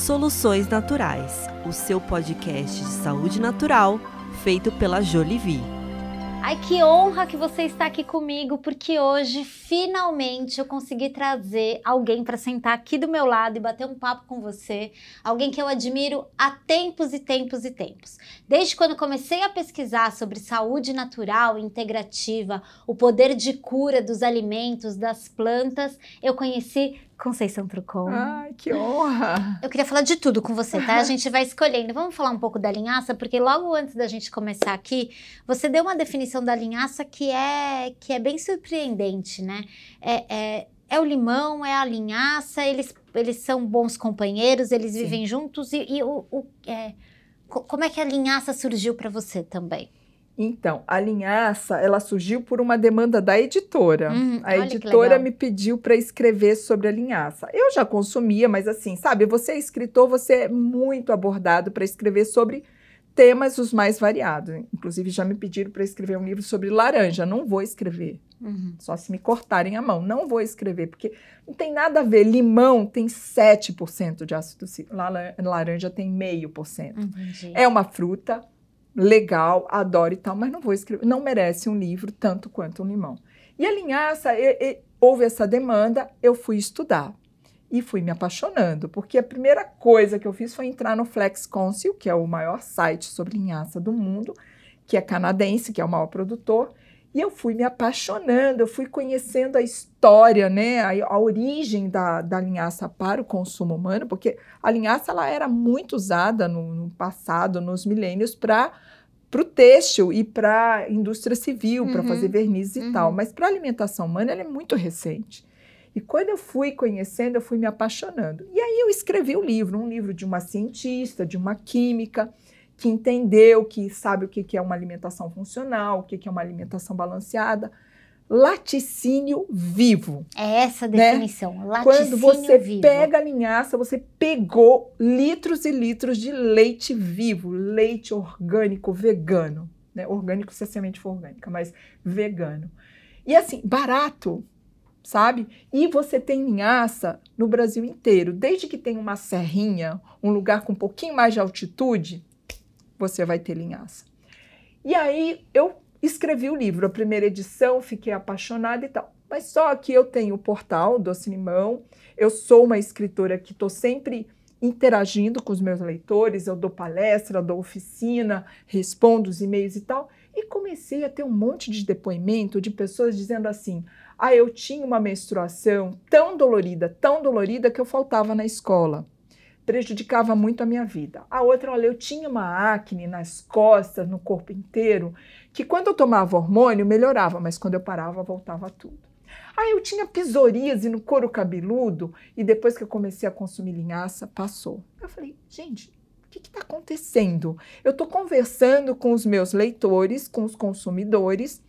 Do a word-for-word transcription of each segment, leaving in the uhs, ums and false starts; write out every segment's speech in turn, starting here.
Soluções Naturais, o seu podcast de saúde natural feito pela Jolivie. Ai, que honra que você está aqui comigo, porque hoje, finalmente, eu consegui trazer alguém para sentar aqui do meu lado e bater um papo com você. Alguém que eu admiro há tempos e tempos e tempos. Desde quando comecei a pesquisar sobre saúde natural e integrativa, o poder de cura dos alimentos, das plantas, eu conheci Conceição Trucon. Ai, que honra! Eu queria falar de tudo com você, tá? A gente vai escolhendo. Vamos falar um pouco da linhaça, porque logo antes da gente começar aqui, você deu uma definição da linhaça que é, que é bem surpreendente, né? É, é, é o limão, é a linhaça, eles, eles são bons companheiros, eles Sim. vivem juntos. E, e o, o, é, como é que a linhaça surgiu para você também? Então, a linhaça, ela surgiu por uma demanda da editora. Hum, a editora me pediu para escrever sobre a linhaça. Eu já consumia, mas assim, sabe, você é escritor, você é muito abordado para escrever sobre temas os mais variados. Inclusive, já me pediram para escrever um livro sobre laranja. Não vou escrever, uhum. só se me cortarem a mão. Não vou escrever, porque não tem nada a ver. Limão tem sete por cento de ácido cítrico, laranja tem zero vírgula cinco por cento. É uma fruta legal, adoro e tal, mas não vou escrever, não merece um livro tanto quanto um limão. E a linhaça, e, e, houve essa demanda, eu fui estudar e fui me apaixonando, porque a primeira coisa que eu fiz foi entrar no FlexCounsel, que é o maior site sobre linhaça do mundo, que é canadense, que é o maior produtor, e eu fui me apaixonando, eu fui conhecendo a história, né, a, a origem da, da linhaça para o consumo humano, porque a linhaça ela era muito usada no, no passado, nos milênios, para o têxtil e para a indústria civil, uhum. para fazer vernizes uhum. e tal. Mas para a alimentação humana ela é muito recente. E quando eu fui conhecendo, eu fui me apaixonando. E aí eu escrevi o livro, um livro de uma cientista, de uma química, que entendeu, que sabe o que é uma alimentação funcional, o que é uma alimentação balanceada. Laticínio vivo. É essa a definição, né? Laticínio Quando você vivo. pega a linhaça, você pegou litros e litros de leite vivo, leite orgânico, vegano. Né? Orgânico se a semente for orgânica, mas vegano. E assim, barato, sabe? E você tem linhaça no Brasil inteiro. Desde que tem uma serrinha, um lugar com um pouquinho mais de altitude, você vai ter linhaça. E aí, eu escrevi o livro, a primeira edição, fiquei apaixonada e tal. Mas só que eu tenho o portal Doce Limão, eu sou uma escritora que estou sempre interagindo com os meus leitores, eu dou palestra, dou oficina, respondo os e-mails e tal, e comecei a ter um monte de depoimento de pessoas dizendo assim, ah, eu tinha uma menstruação tão dolorida, tão dolorida que eu faltava na escola. Prejudicava muito a minha vida. A outra, olha, eu tinha uma acne nas costas, no corpo inteiro, que quando eu tomava hormônio melhorava, mas quando eu parava voltava tudo. Ah, eu tinha psoríase no couro cabeludo e depois que eu comecei a consumir linhaça, passou. Eu falei, gente, o que está acontecendo? Eu estou conversando com os meus leitores, com os consumidores,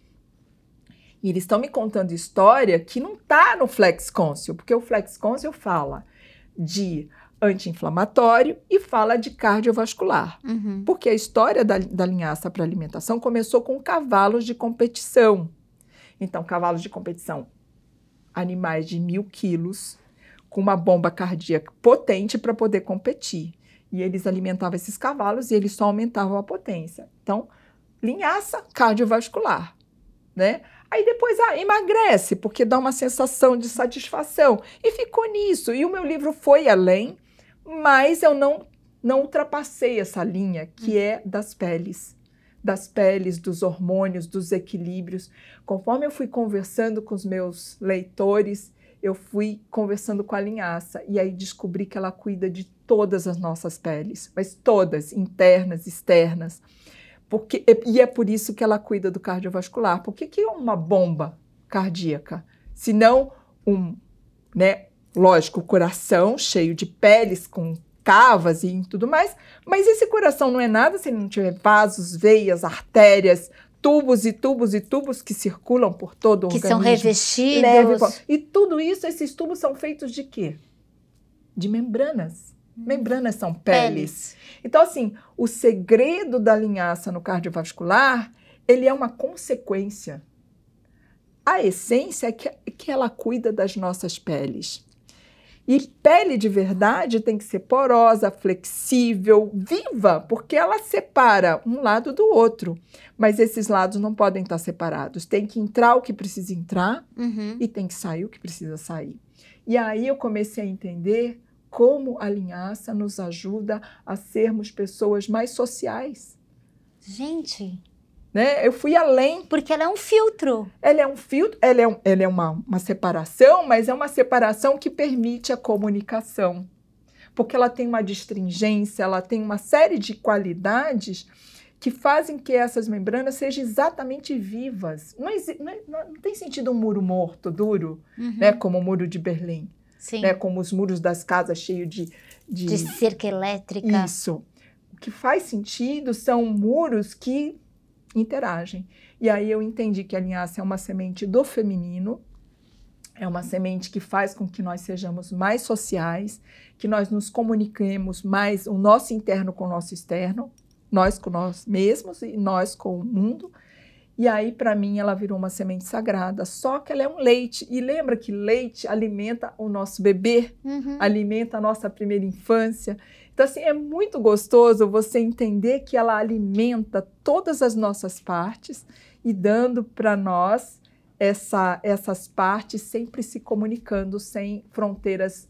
e eles estão me contando história que não está no FlexCounsel, porque o FlexCounsel fala de anti-inflamatório e fala de cardiovascular. Uhum. Porque a história da, da linhaça para alimentação começou com cavalos de competição. Então, cavalos de competição, animais de mil quilos, com uma bomba cardíaca potente para poder competir. E eles alimentavam esses cavalos e eles só aumentavam a potência. Então, linhaça cardiovascular, né? Aí depois ah, emagrece, porque dá uma sensação de satisfação. E ficou nisso. E o meu livro foi além, mas eu não, não ultrapassei essa linha, que é das peles. Das peles, dos hormônios, dos equilíbrios. Conforme eu fui conversando com os meus leitores, eu fui conversando com a linhaça. E aí descobri que ela cuida de todas as nossas peles. Mas todas, internas, externas. Porque, e é por isso que ela cuida do cardiovascular. Por que que é uma bomba cardíaca? Se não um, né, lógico, o coração cheio de peles com cavas e tudo mais, mas esse coração não é nada se ele não tiver vasos, veias, artérias, tubos e tubos e tubos que circulam por todo o que organismo. Que são revestidos. Leve, e tudo isso, esses tubos são feitos de quê? De membranas. Membranas são peles. peles. Então, assim, o segredo da linhaça no cardiovascular, ele é uma consequência. A essência é que, que ela cuida das nossas peles. E pele de verdade tem que ser porosa, flexível, viva, porque ela separa um lado do outro. Mas esses lados não podem estar separados. Tem que entrar o que precisa entrar Uhum. e tem que sair o que precisa sair. E aí eu comecei a entender como a linhaça nos ajuda a sermos pessoas mais sociais. Gente, Né? Eu fui além. porque ela é um filtro. Ela é um filtro, ela é, um, ela é uma, uma separação, mas é uma separação que permite a comunicação. Porque ela tem uma distringência, ela tem uma série de qualidades que fazem que essas membranas sejam exatamente vivas. Não, exi- não, não, não tem sentido um muro morto, duro, Uhum. né? Como o muro de Berlim, Sim. né? Como os muros das casas cheios de... de... De cerca elétrica. Isso. O que faz sentido são muros que interagem. E aí eu entendi que a linhaça é uma semente do feminino, é uma semente que faz com que nós sejamos mais sociais, que nós nos comuniquemos mais o nosso interno com o nosso externo, nós com nós mesmos e nós com o mundo. E aí, para mim, ela virou uma semente sagrada, só que ela é um leite. E lembra que leite alimenta o nosso bebê, Uhum. alimenta a nossa primeira infância. Então, assim, é muito gostoso você entender que ela alimenta todas as nossas partes e dando para nós essa, essas partes sempre se comunicando sem fronteiras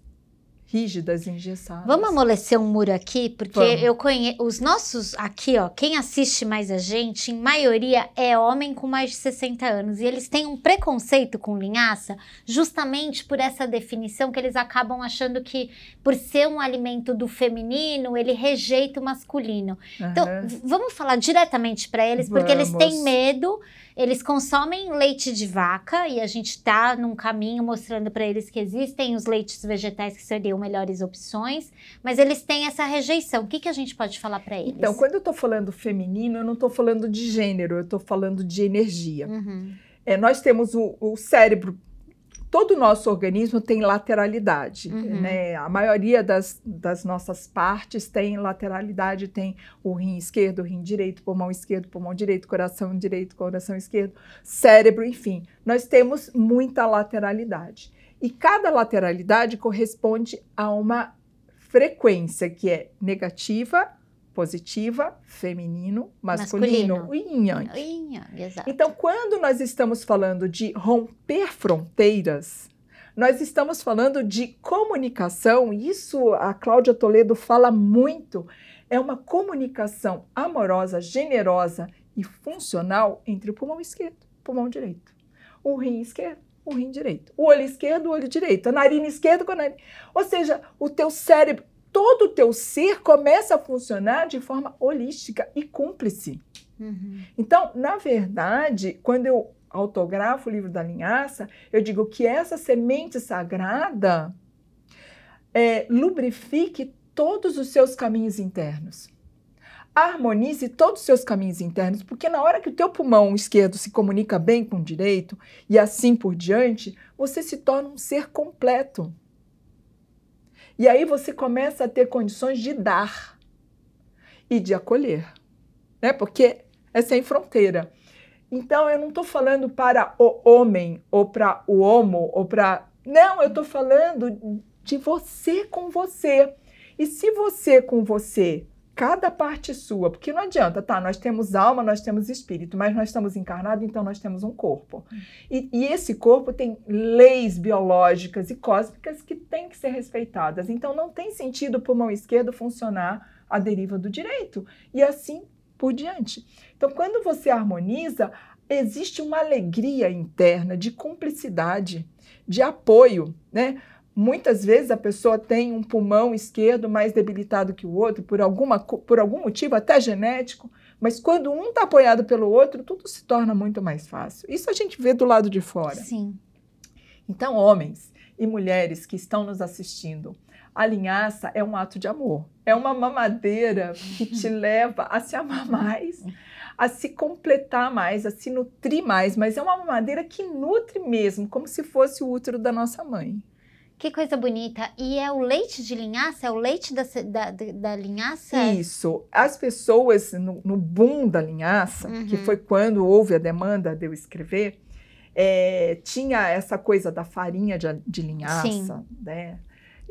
rígidas, engessadas. Vamos amolecer um muro aqui, porque Vamos. eu conheço os nossos aqui, ó, quem assiste mais a gente, em maioria é homem com mais de sessenta anos, e eles têm um preconceito com linhaça, justamente por essa definição que eles acabam achando que, por ser um alimento do feminino, ele rejeita o masculino. Então, Aham. v- vamos falar diretamente para eles, porque eles têm Vamos. medo. Eles consomem leite de vaca e a gente está num caminho mostrando para eles que existem os leites vegetais que seriam melhores opções, mas eles têm essa rejeição. O que, que a gente pode falar para eles? Então, quando eu estou falando feminino, eu não estou falando de gênero, eu estou falando de energia. Uhum. É, nós temos o, o cérebro, todo o nosso organismo tem lateralidade, Uhum. né? A maioria das, das nossas partes tem lateralidade, tem o rim esquerdo, o rim direito, pulmão esquerdo, pulmão direito, coração direito, coração esquerdo, cérebro, enfim. Nós temos muita lateralidade. E cada lateralidade corresponde a uma frequência que é negativa, positiva, feminino, masculino, Masculino. o yin yang. Yin yang, exato. Então, quando nós estamos falando de romper fronteiras, nós estamos falando de comunicação, isso a Cláudia Toledo fala muito, é uma comunicação amorosa, generosa e funcional entre o pulmão esquerdo e o pulmão direito. O rim esquerdo, o rim direito. O olho esquerdo, o olho direito. A narina esquerda com a narina. Ou seja, o teu cérebro, todo o teu ser começa a funcionar de forma holística e cúmplice. Uhum. Então, na verdade, quando eu autografo o livro da linhaça, eu digo que essa semente sagrada é, lubrifique todos os seus caminhos internos. Harmonize todos os seus caminhos internos, porque na hora que o teu pulmão esquerdo se comunica bem com o direito e assim por diante, você se torna um ser completo. E aí você começa a ter condições de dar e de acolher, né? Porque é sem fronteira. Então, eu não estou falando para o homem, ou para o homo, ou para... Não, eu estou falando de você com você. E se você com você, cada parte sua, porque não adianta, tá? Nós temos alma, nós temos espírito, mas nós estamos encarnados, então nós temos um corpo. E, e esse corpo tem leis biológicas e cósmicas que têm que ser respeitadas. Então, não tem sentido o pulmão esquerdo funcionar à deriva do direito. E assim por diante. Então, quando você harmoniza, existe uma alegria interna de cumplicidade, de apoio, né? Muitas vezes a pessoa tem um pulmão esquerdo mais debilitado que o outro, por, alguma, por algum motivo, até genético, mas quando um está apoiado pelo outro, tudo se torna muito mais fácil. Isso a gente vê do lado de fora. Sim. Então, homens e mulheres que estão nos assistindo, a linhaça é um ato de amor. É uma mamadeira que te leva a se amar mais, a se completar mais, a se nutrir mais, mas é uma mamadeira que nutre mesmo, como se fosse o útero da nossa mãe. Que coisa bonita. E é o leite de linhaça? É o leite da, da, da linhaça? Isso. As pessoas, no, no boom da linhaça, Uhum. que foi quando houve a demanda de eu escrever, é, tinha essa coisa da farinha de, de linhaça, Sim. né?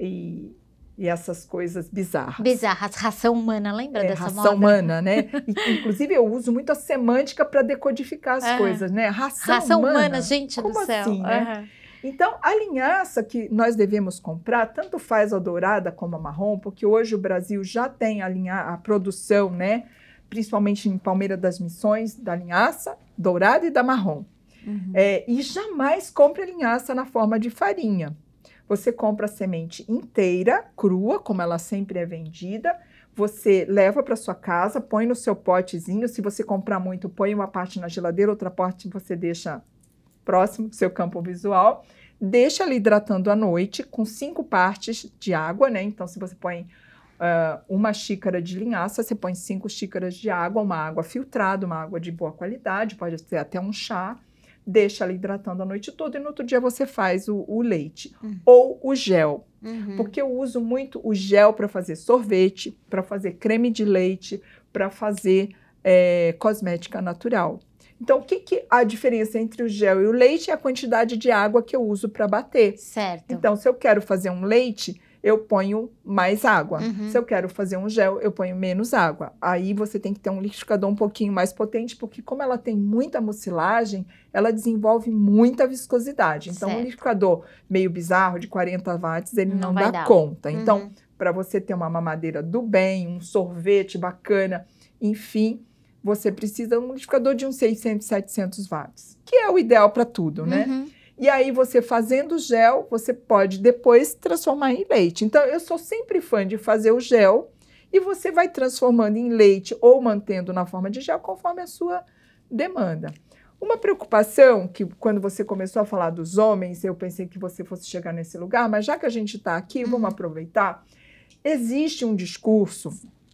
E, e essas coisas bizarras. Bizarras, ração humana, lembra É, dessa ração moda? humana, né? E, inclusive, eu uso muito a semântica para decodificar as Ah. coisas, né? Ração, Ração humana, humana, gente como do céu. assim, né? Aham. Então, a linhaça que nós devemos comprar, tanto faz a dourada como a marrom, porque hoje o Brasil já tem a, linha, a produção, né? Principalmente em Palmeira das Missões, da linhaça dourada e da marrom. Uhum. É, e jamais compre a linhaça na forma de farinha. Você compra a semente inteira, crua, como ela sempre é vendida. Você leva para sua casa, põe no seu potezinho. Se você comprar muito, põe uma parte na geladeira, outra parte você deixa próximo do seu campo visual. Deixa ali hidratando à noite com cinco partes de água, né? Então, se você põe uh, uma xícara de linhaça, você põe cinco xícaras de água, uma água filtrada, uma água de boa qualidade, pode ser até um chá. Deixa ela hidratando a noite toda e no outro dia você faz o, o leite. Uhum. Ou o gel. Uhum. Porque eu uso muito o gel para fazer sorvete, para fazer creme de leite, para fazer é, cosmética natural. Então, o que, que a diferença entre o gel e o leite é a quantidade de água que eu uso para bater. Certo. Então, se eu quero fazer um leite, eu ponho mais água. Uhum. Se eu quero fazer um gel, eu ponho menos água. Aí você tem que ter um liquidificador um pouquinho mais potente, porque como ela tem muita mucilagem, ela desenvolve muita viscosidade. Então, Certo. um liquidificador meio bizarro, de quarenta watts, ele Não não, vai dá dar. conta. Então, Uhum. para você ter uma mamadeira do bem, um sorvete bacana, enfim, você precisa de um liquidificador de uns seiscentos, setecentos watts, que é o ideal para tudo, né? Uhum. E aí, você fazendo gel, você pode depois transformar em leite. Então, eu sou sempre fã de fazer o gel e você vai transformando em leite ou mantendo na forma de gel conforme a sua demanda. Uma preocupação que, quando você começou a falar dos homens, eu pensei que você fosse chegar nesse lugar, mas já que a gente está aqui, Uhum. vamos aproveitar. Existe um discurso,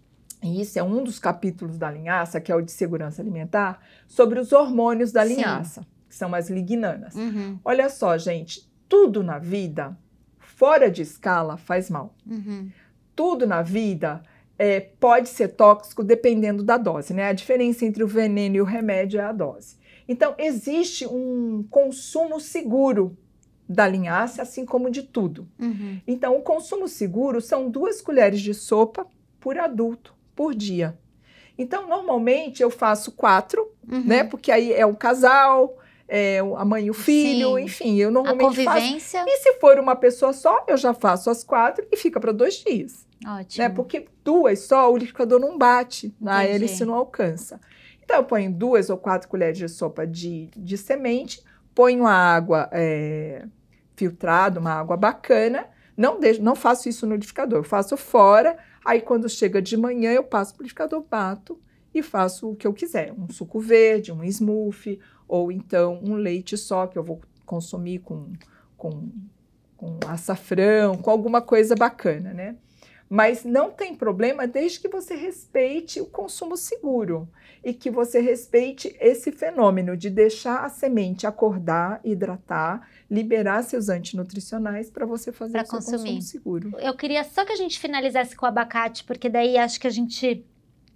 e isso é um dos capítulos da linhaça, que é o de segurança alimentar, sobre os hormônios da Sim. linhaça, que são as lignanas. Uhum. Olha só, gente, tudo na vida, fora de escala, faz mal. Uhum. Tudo na vida é, pode ser tóxico dependendo da dose, né? A diferença entre o veneno e o remédio é a dose. Então, existe um consumo seguro da linhaça, assim como de tudo. Uhum. Então, o consumo seguro são duas colheres de sopa por adulto, por dia. Então, normalmente, eu faço quatro, Uhum. né? Porque aí é o casal, é a mãe e o filho, Sim. enfim, eu A normalmente faço. convivência, E se for uma pessoa só, eu já faço as quatro e fica para dois dias. ótimo. Né? Porque duas só, o liquidificador não bate, a Entendi. hélice não alcança. Então, eu ponho duas ou quatro colheres de sopa de, de semente, ponho a água é, filtrada, uma água bacana, não, deixo, não faço isso no liquidificador, eu faço fora, aí quando chega de manhã eu passo para o liquidificador, bato e faço o que eu quiser, um suco verde, um smoothie, ou então um leite só que eu vou consumir com, com, com açafrão, com alguma coisa bacana, né? Mas não tem problema desde que você respeite o consumo seguro e que você respeite esse fenômeno de deixar a semente acordar, hidratar, liberar seus antinutricionais para você fazer Pra o seu consumir. consumo seguro. Eu queria só que a gente finalizasse com o abacate, porque daí acho que a gente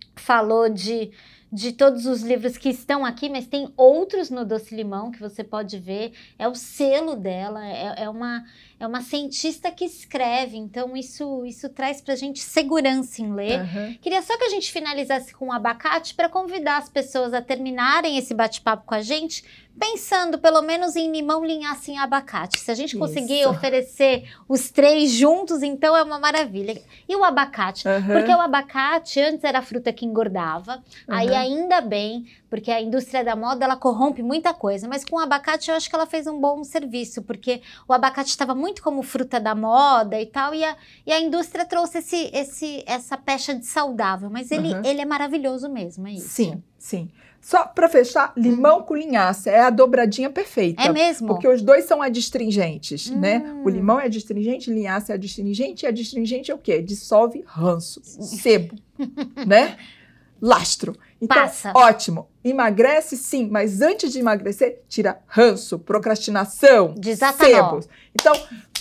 falou de, de todos os livros que estão aqui, mas tem outros no Doce Limão que você pode ver. É o selo dela, é, é, uma, é uma cientista que escreve, então isso, isso traz pra gente segurança em ler. Aham. Queria só que a gente finalizasse com o abacate para convidar as pessoas a terminarem esse bate-papo com a gente, pensando pelo menos em limão, linhaça e abacate. Se a gente conseguir Isso. oferecer os três juntos, então é uma maravilha. E o abacate? Aham. Porque o abacate antes era a fruta que engordava, aí Aham. ainda bem, porque a indústria da moda ela corrompe muita coisa, mas com o abacate eu acho que ela fez um bom serviço, porque o abacate estava muito como fruta da moda e tal, e a, e a indústria trouxe esse, esse, essa pecha de saudável, mas ele, Aham. ele é maravilhoso mesmo, é isso? Sim, sim. Só para fechar, limão com linhaça é a dobradinha perfeita. É mesmo? Porque os dois são adstringentes, Hum. né? O limão é adstringente, linhaça é adstringente, e adstringente é o quê? Dissolve ranço, sebo, né? Lastro. Então, Passa. ótimo. Emagrece, sim, mas antes de emagrecer, tira ranço, procrastinação, Desata nó. sebos. Então,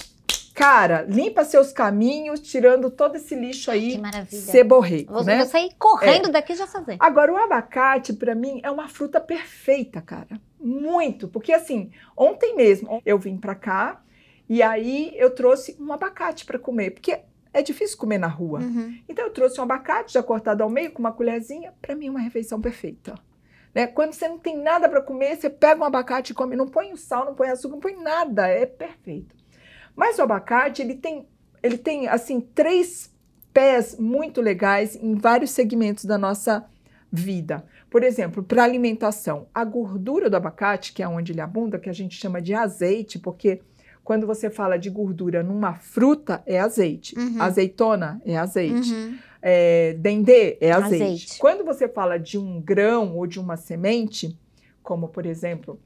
cara, limpa seus caminhos, tirando todo esse lixo aí, Que maravilha. seborreico, Vou, né? vou sair correndo daqui e já fazer. Agora, o abacate, para mim, é uma fruta perfeita, cara. muito, porque assim, ontem mesmo eu vim para cá e aí eu trouxe um abacate para comer, porque é difícil comer na rua. Uhum. Então eu trouxe um abacate já cortado ao meio com uma colherzinha, para mim é uma refeição perfeita. Né? Quando você não tem nada para comer, você pega um abacate e come, não põe o sal, não põe açúcar, não põe nada, é perfeito. Mas o abacate, ele tem, ele tem assim, três pés muito legais em vários segmentos da nossa vida. Por exemplo, para alimentação, a gordura do abacate, que é onde ele abunda, que a gente chama de azeite, porque quando você fala de gordura numa fruta, é azeite. Uhum. Azeitona é azeite. Uhum. É, dendê é azeite. Azeite. Quando você fala de um grão ou de uma semente, como por exemplo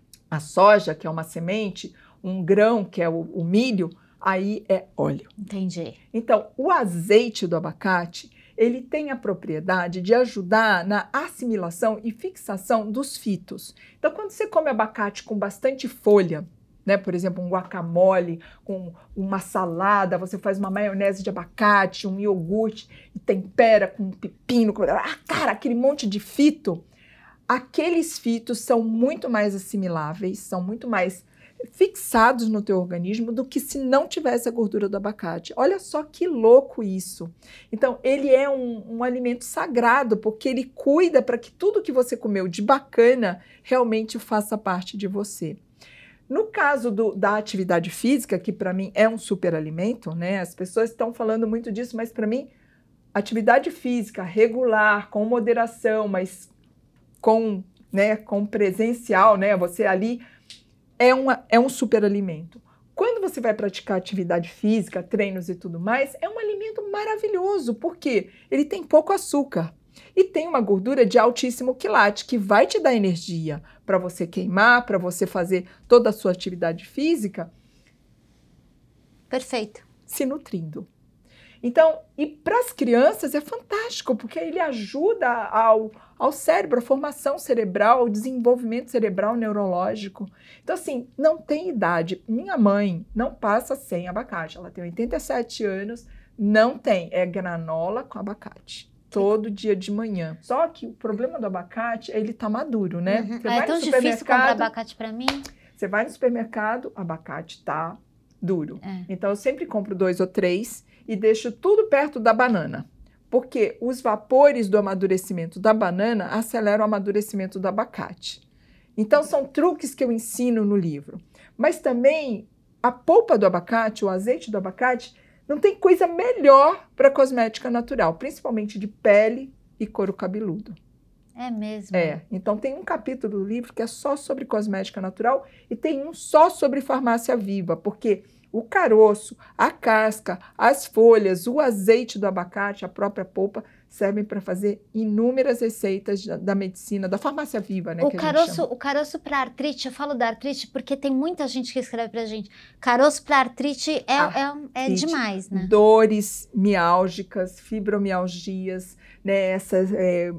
a soja, que é uma semente, um grão, que é o, o milho, aí é óleo. Entendi. Então, o azeite do abacate, ele tem a propriedade de ajudar na assimilação e fixação dos fitos. Então, quando você come abacate com bastante folha, né, por exemplo, um guacamole com uma salada, você faz uma maionese de abacate, um iogurte e tempera com um pepino, com, ah, cara, aquele monte de fito, aqueles fitos são muito mais assimiláveis, são muito mais fixados no teu organismo do que se não tivesse a gordura do abacate. Olha só que louco isso. Então, ele é um, um alimento sagrado, porque ele cuida para que tudo que você comeu de bacana realmente faça parte de você. No caso do, da atividade física, que para mim é um superalimento, né? As pessoas estão falando muito disso, mas para mim, atividade física regular, com moderação, mas com, né, com presencial, né? Você ali é, uma, é um superalimento. Quando você vai praticar atividade física, treinos e tudo mais, é um alimento maravilhoso, porque ele tem pouco açúcar. E tem uma gordura de altíssimo quilate, que vai te dar energia para você queimar, para você fazer toda a sua atividade física. Perfeito. Se nutrindo. Então, e para as crianças é fantástico, porque ele ajuda ao, ao cérebro, a formação cerebral, ao desenvolvimento cerebral neurológico. Então, assim, não tem idade. Minha mãe não passa sem abacate. Ela tem oitenta e sete anos, não tem. É granola com abacate. Todo dia de manhã. Só que o problema do abacate é ele tá maduro, né? Uhum. Você Ah, vai é tão no difícil comprar abacate para mim. Você vai no supermercado, o abacate tá duro. É. Então, eu sempre compro dois ou três e deixo tudo perto da banana. Porque os vapores do amadurecimento da banana aceleram o amadurecimento do abacate. Então, são truques que eu ensino no livro. Mas também, a polpa do abacate, o azeite do abacate, não tem coisa melhor para cosmética natural, principalmente de pele e couro cabeludo. É mesmo? É, então tem um capítulo do livro que é só sobre cosmética natural e tem um só sobre farmácia viva, porque o caroço, a casca, as folhas, o azeite do abacate, a própria polpa, servem para fazer inúmeras receitas da, da medicina, da farmácia viva, né? O que caroço, o caroço para artrite, eu falo da artrite porque tem muita gente que escreve pra gente. Caroço para artrite é, Artrite, é, é demais, né? Dores miálgicas, fibromialgias, né? Essas é,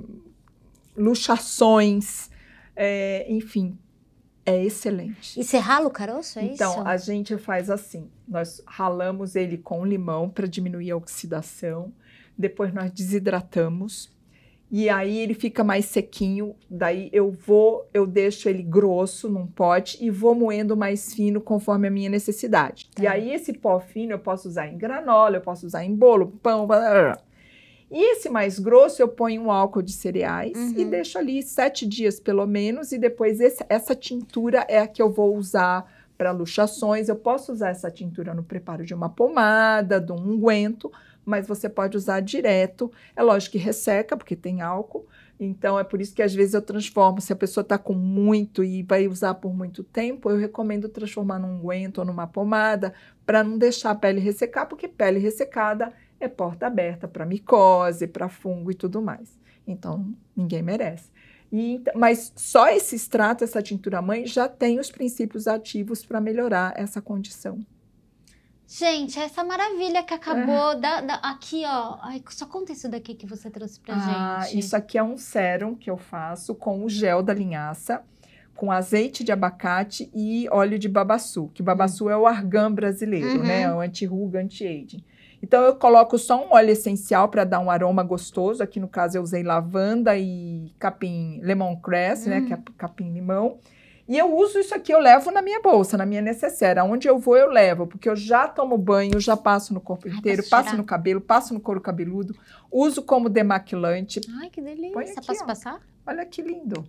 luxações, é, enfim, é excelente. E você rala o caroço, é então, isso? a gente faz assim, nós ralamos ele com limão para diminuir a oxidação, depois nós desidratamos, e aí ele fica mais sequinho, daí eu vou, eu deixo ele grosso num pote e vou moendo mais fino conforme a minha necessidade. Tá. E aí esse pó fino eu posso usar em granola, eu posso usar em bolo, pão, blá, blá, blá. E esse mais grosso eu ponho um álcool de cereais Uhum. e deixo ali sete dias pelo menos, e depois esse, essa tintura é a que eu vou usar para luxações. Eu posso usar essa tintura no preparo de uma pomada, de um unguento, mas você pode usar direto. É lógico que resseca, porque tem álcool, então é por isso que às vezes eu transformo. Se a pessoa está com muito e vai usar por muito tempo, eu recomendo transformar num unguento ou numa pomada, para não deixar a pele ressecar, porque pele ressecada é porta aberta para micose, para fungo e tudo mais. Então, ninguém merece. E, mas só esse extrato, essa tintura mãe, já tem os princípios ativos para melhorar essa condição. Gente, essa maravilha que acabou da, da- aqui, ó. Ai, só conta isso daqui que você trouxe pra Ah, gente. isso aqui é um sérum que eu faço com o gel da linhaça, com azeite de abacate e óleo de babaçu, que o babaçu é o argan brasileiro, Uhum. né? O anti-ruga, anti-aging. Então, eu coloco só um óleo essencial para dar um aroma gostoso. Aqui, no caso, eu usei lavanda e capim lemongrass, né? Hum. Que é capim-limão. E eu uso isso aqui, eu levo na minha bolsa, na minha necessaire. Aonde eu vou, eu levo, porque eu já tomo banho, já passo no corpo inteiro, Ai, passo no cabelo, passo no couro cabeludo, uso como demaquilante. Ai, que delícia. Põe aqui, Posso ó. passar? Olha que lindo.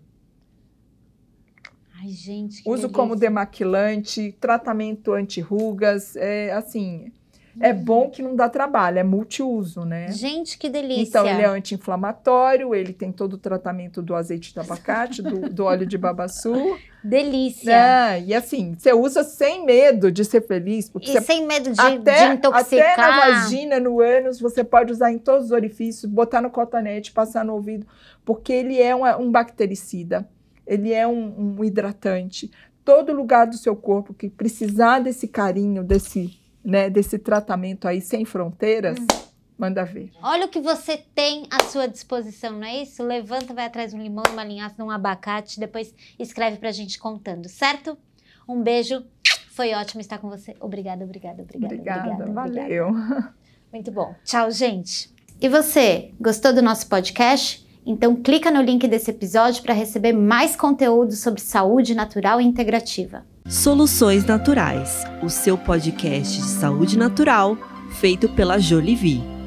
Ai, gente, que Uso delícia. como demaquilante, tratamento anti-rugas, é assim... É bom que não dá trabalho, é multiuso, né? Gente, que delícia. Então, ele é anti-inflamatório, ele tem todo o tratamento do azeite de abacate, do, do óleo de babaçu. Delícia. É, e assim, você usa sem medo de ser feliz. Porque E você, sem medo de, até, de intoxicar. Até na vagina, no ânus, você pode usar em todos os orifícios, botar no cotonete, passar no ouvido, porque ele é um, um bactericida, ele é um, um hidratante. Todo lugar do seu corpo que precisar desse carinho, desse... Né, desse tratamento aí sem fronteiras, hum. manda ver. Olha o que você tem à sua disposição, não é isso? Levanta, vai atrás de um limão, uma linhaça, um abacate, depois escreve pra gente contando, certo? Um beijo, foi ótimo estar com você. Obrigada, obrigada, obrigada. Obrigada, obrigada valeu. Obrigada. Muito bom. Tchau, gente. E você, gostou do nosso podcast? Então clica no link desse episódio para receber mais conteúdo sobre saúde natural e integrativa. Soluções Naturais, o seu podcast de saúde natural feito pela Jolivie.